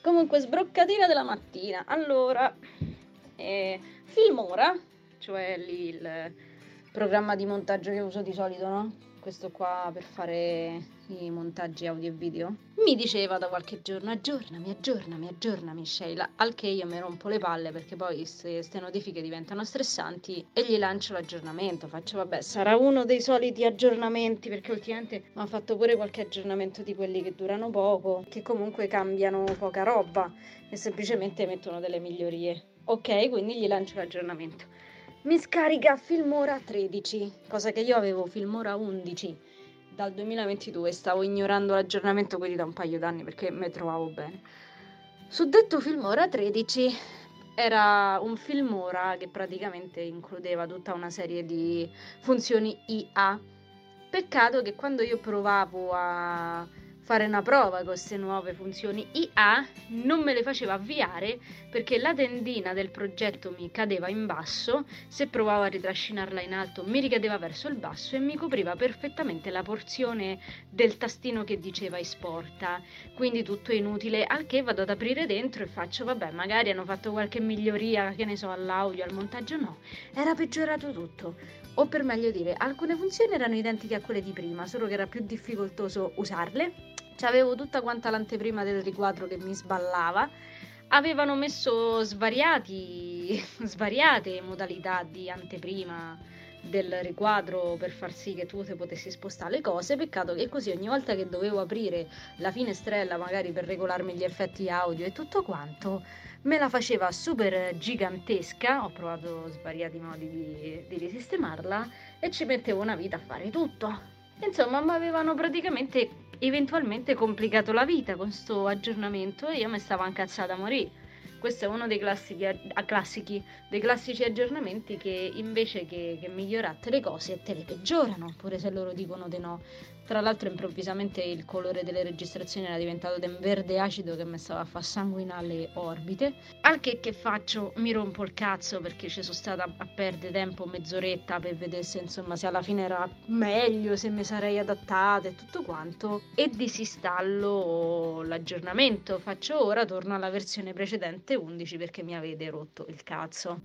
Comunque, sbroccatina della mattina. Allora, Filmora, cioè lì il programma di montaggio che uso di solito, no? Questo qua per fare i montaggi audio e video, mi diceva da qualche giorno: aggiornami Sheila, al che io mi rompo le palle perché poi queste notifiche diventano stressanti e gli lancio l'aggiornamento. Faccio vabbè, sarà uno dei soliti aggiornamenti, perché ultimamente mi ha fatto pure qualche aggiornamento di quelli che durano poco, che comunque cambiano poca roba e semplicemente mettono delle migliorie. Ok, quindi gli lancio l'aggiornamento. Mi scarica Filmora 13, cosa che io avevo Filmora 11 dal 2022, stavo ignorando l'aggiornamento quindi da un paio d'anni perché mi trovavo bene. Suddetto Filmora 13 era un Filmora che praticamente includeva tutta una serie di funzioni IA. Peccato che quando io provavo a fare una prova con queste nuove funzioni IA non me le faceva avviare perché la tendina del progetto mi cadeva in basso, se provavo a ritrascinarla in alto mi ricadeva verso il basso e mi copriva perfettamente la porzione del tastino che diceva esporta, quindi tutto inutile, al che vado ad aprire dentro e faccio vabbè, magari hanno fatto qualche miglioria, che ne so, all'audio, al montaggio. No, era peggiorato tutto. O per meglio dire, alcune funzioni erano identiche a quelle di prima, solo che era più difficoltoso usarle. C'avevo tutta quanta l'anteprima del riquadro che mi sballava. Avevano messo svariate modalità di anteprima del riquadro per far sì che tu te potessi spostare le cose. Peccato che così ogni volta che dovevo aprire la finestrella magari per regolarmi gli effetti audio e tutto quanto, me la faceva super gigantesca. Ho provato svariati modi di risistemarla e ci mettevo una vita a fare tutto. Insomma, mi avevano praticamente eventualmente complicato la vita con sto aggiornamento e io mi stavo incazzata a morire. Questo è uno dei classici aggiornamenti che invece che migliorare le cose te le peggiorano, pure se loro dicono di no. Tra l'altro improvvisamente il colore delle registrazioni era diventato di un verde acido che mi stava a far sanguinare le orbite. Al che faccio? Mi rompo il cazzo perché ci sono stata a perdere tempo mezz'oretta per vedere se insomma se alla fine era meglio, se mi sarei adattata e tutto quanto, e disinstallo l'aggiornamento. Faccio ora, torno alla versione precedente 11 perché mi avete rotto il cazzo.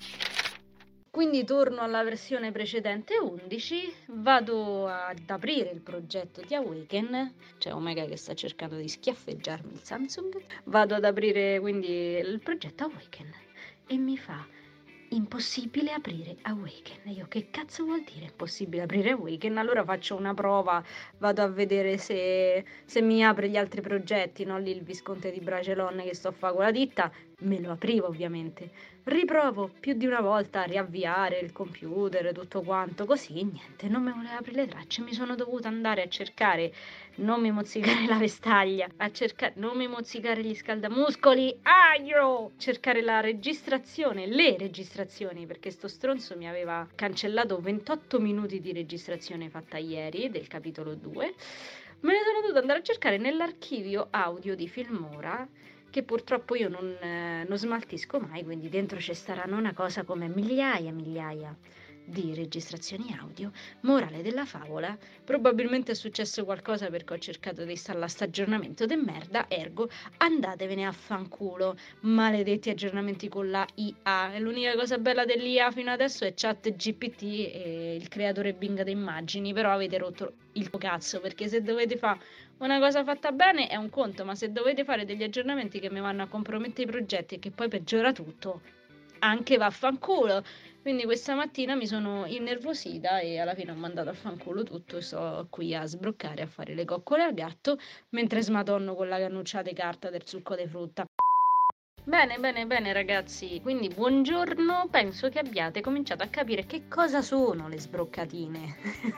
Quindi torno alla versione precedente 11, vado ad aprire il progetto di Awaken, c'è Omega che sta cercando di schiaffeggiarmi il Samsung, vado ad aprire quindi il progetto Awaken e mi fa impossibile aprire Awaken. Io che cazzo vuol dire impossibile aprire Awaken? Allora faccio una prova, vado a vedere se mi apre gli altri progetti, no? Lì il Visconte di Bracelonne che sto a fare con la ditta, me lo apriva ovviamente. Riprovo più di una volta a riavviare il computer, tutto quanto, così niente, non mi voleva aprire le tracce, mi sono dovuta andare a cercare, non mi mozzicare la vestaglia, a cercare, non mi mozzicare gli scaldamuscoli, aio! Cercare la registrazione, le registrazioni, perché sto stronzo mi aveva cancellato 28 minuti di registrazione fatta ieri del capitolo 2. Me ne sono dovuta andare a cercare nell'archivio audio di Filmora, che purtroppo io non smaltisco mai, quindi dentro ci staranno una cosa come migliaia di registrazioni audio. Morale della favola, probabilmente è successo qualcosa perché ho cercato di installare sto aggiornamento de merda, ergo andatevene a fanculo, maledetti aggiornamenti con la IA. E l'unica cosa bella dell'IA fino adesso è ChatGPT e il creatore Bing di immagini, però avete rotto il cazzo, perché se dovete fare una cosa fatta bene è un conto, ma se dovete fare degli aggiornamenti che mi vanno a compromettere i progetti e che poi peggiora tutto, anche vaffanculo. Quindi questa mattina mi sono innervosita e alla fine ho mandato a fanculo tutto e sto qui a sbroccare, a fare le coccole al gatto mentre smadonno con la cannuccia di carta del succo di frutta. Bene ragazzi, quindi buongiorno, penso che abbiate cominciato a capire che cosa sono le sbroccatine.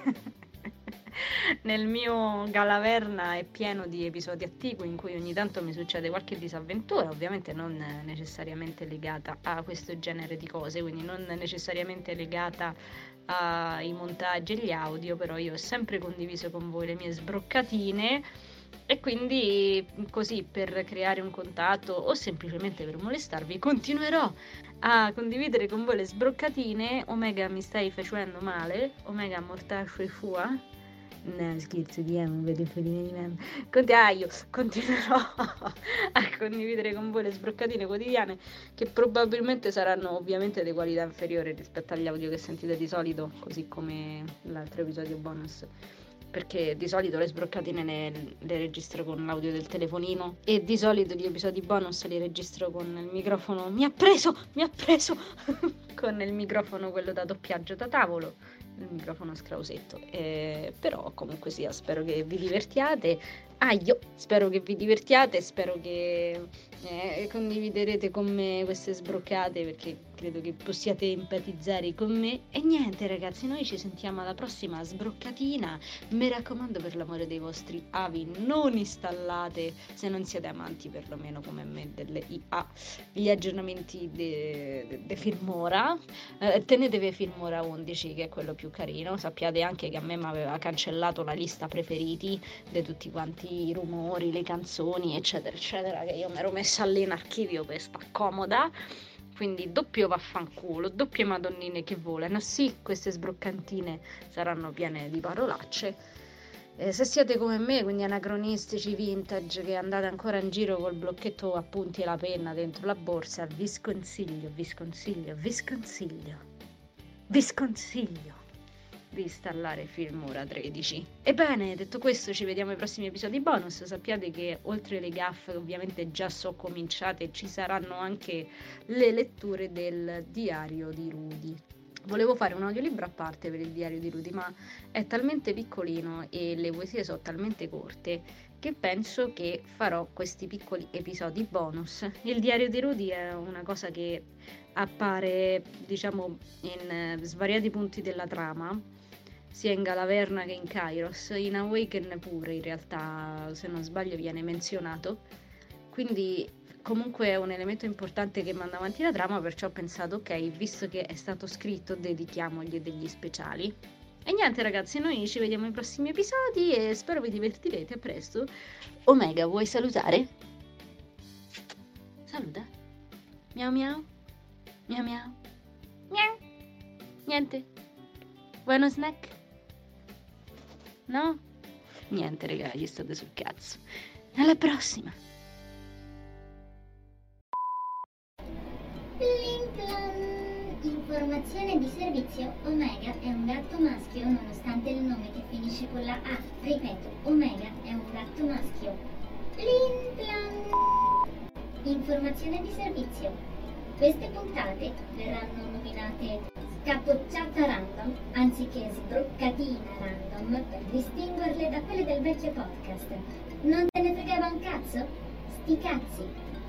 Nel mio Galaverna è pieno di episodi attigui in cui ogni tanto mi succede qualche disavventura, ovviamente non necessariamente legata a questo genere di cose, quindi non necessariamente legata ai montaggi e gli audio, però io ho sempre condiviso con voi le mie sbroccatine e quindi così per creare un contatto o semplicemente per molestarvi continuerò a condividere con voi le sbroccatine. Omega, mi stai facendo male? Omega mortaccio e fua? No, scherzo, ti amo, vedo fedine di me. Io continuerò a condividere con voi le sbroccatine quotidiane, che probabilmente saranno ovviamente di qualità inferiore rispetto agli audio che sentite di solito, così come l'altro episodio bonus. Perché di solito le sbroccatine le registro con l'audio del telefonino e di solito gli episodi bonus li registro con il microfono. Mi ha preso! Con il microfono quello da doppiaggio da tavolo, il microfono scrausetto. Però comunque sia, spero che vi divertiate. Spero che vi divertiate, spero che condividerete con me queste sbroccate, perché credo che possiate empatizzare con me. E niente ragazzi, noi ci sentiamo alla prossima sbroccatina. Mi raccomando, per l'amore dei vostri avi, non installate, se non siete amanti perlomeno come me delle IA, gli aggiornamenti di Filmora. Tenetevi Filmora 11, che è quello più carino. Sappiate anche che a me mi aveva cancellato la lista preferiti di tutti quanti i rumori, le canzoni eccetera eccetera, che io mi ero messa lì in archivio per sta comoda. Quindi doppio vaffanculo, doppie madonnine che volano. Sì, queste sbroccantine saranno piene di parolacce. Se siete come me, quindi anacronistici, vintage, che andate ancora in giro col blocchetto appunti e la penna dentro la borsa, vi sconsiglio di installare Filmora 13. Ebbene, detto questo, ci vediamo ai prossimi episodi bonus. Sappiate che oltre alle gaffe, ovviamente già so cominciate, ci saranno anche le letture del diario di Rudy. Volevo fare un audiolibro a parte per il diario di Rudy, ma è talmente piccolino e le poesie sono talmente corte che penso che farò questi piccoli episodi bonus. Il diario di Rudy è una cosa che appare, diciamo, in svariati punti della trama, sia in Galaverna che in Kairos, in Awaken pure in realtà, se non sbaglio, viene menzionato, quindi comunque è un elemento importante che manda avanti la trama, perciò ho pensato, ok, visto che è stato scritto, dedichiamogli degli speciali. E niente ragazzi, noi ci vediamo ai prossimi episodi e spero vi divertirete. A presto. Omega, vuoi salutare? Saluta. Miau miau. Miau miau. Miau. Niente. Vuoi uno snack? No? Niente raga, gli state sul cazzo. Alla prossima. Informazione di servizio: Omega è un gatto maschio nonostante il nome che finisce con la A. Ripeto, Omega è un gatto maschio. Informazione di servizio: queste puntate verranno nominate scapocciata random anziché sbroccatina random per distinguerle da quelle del vecchio podcast. Non te ne fregava un cazzo? Sti cazzi!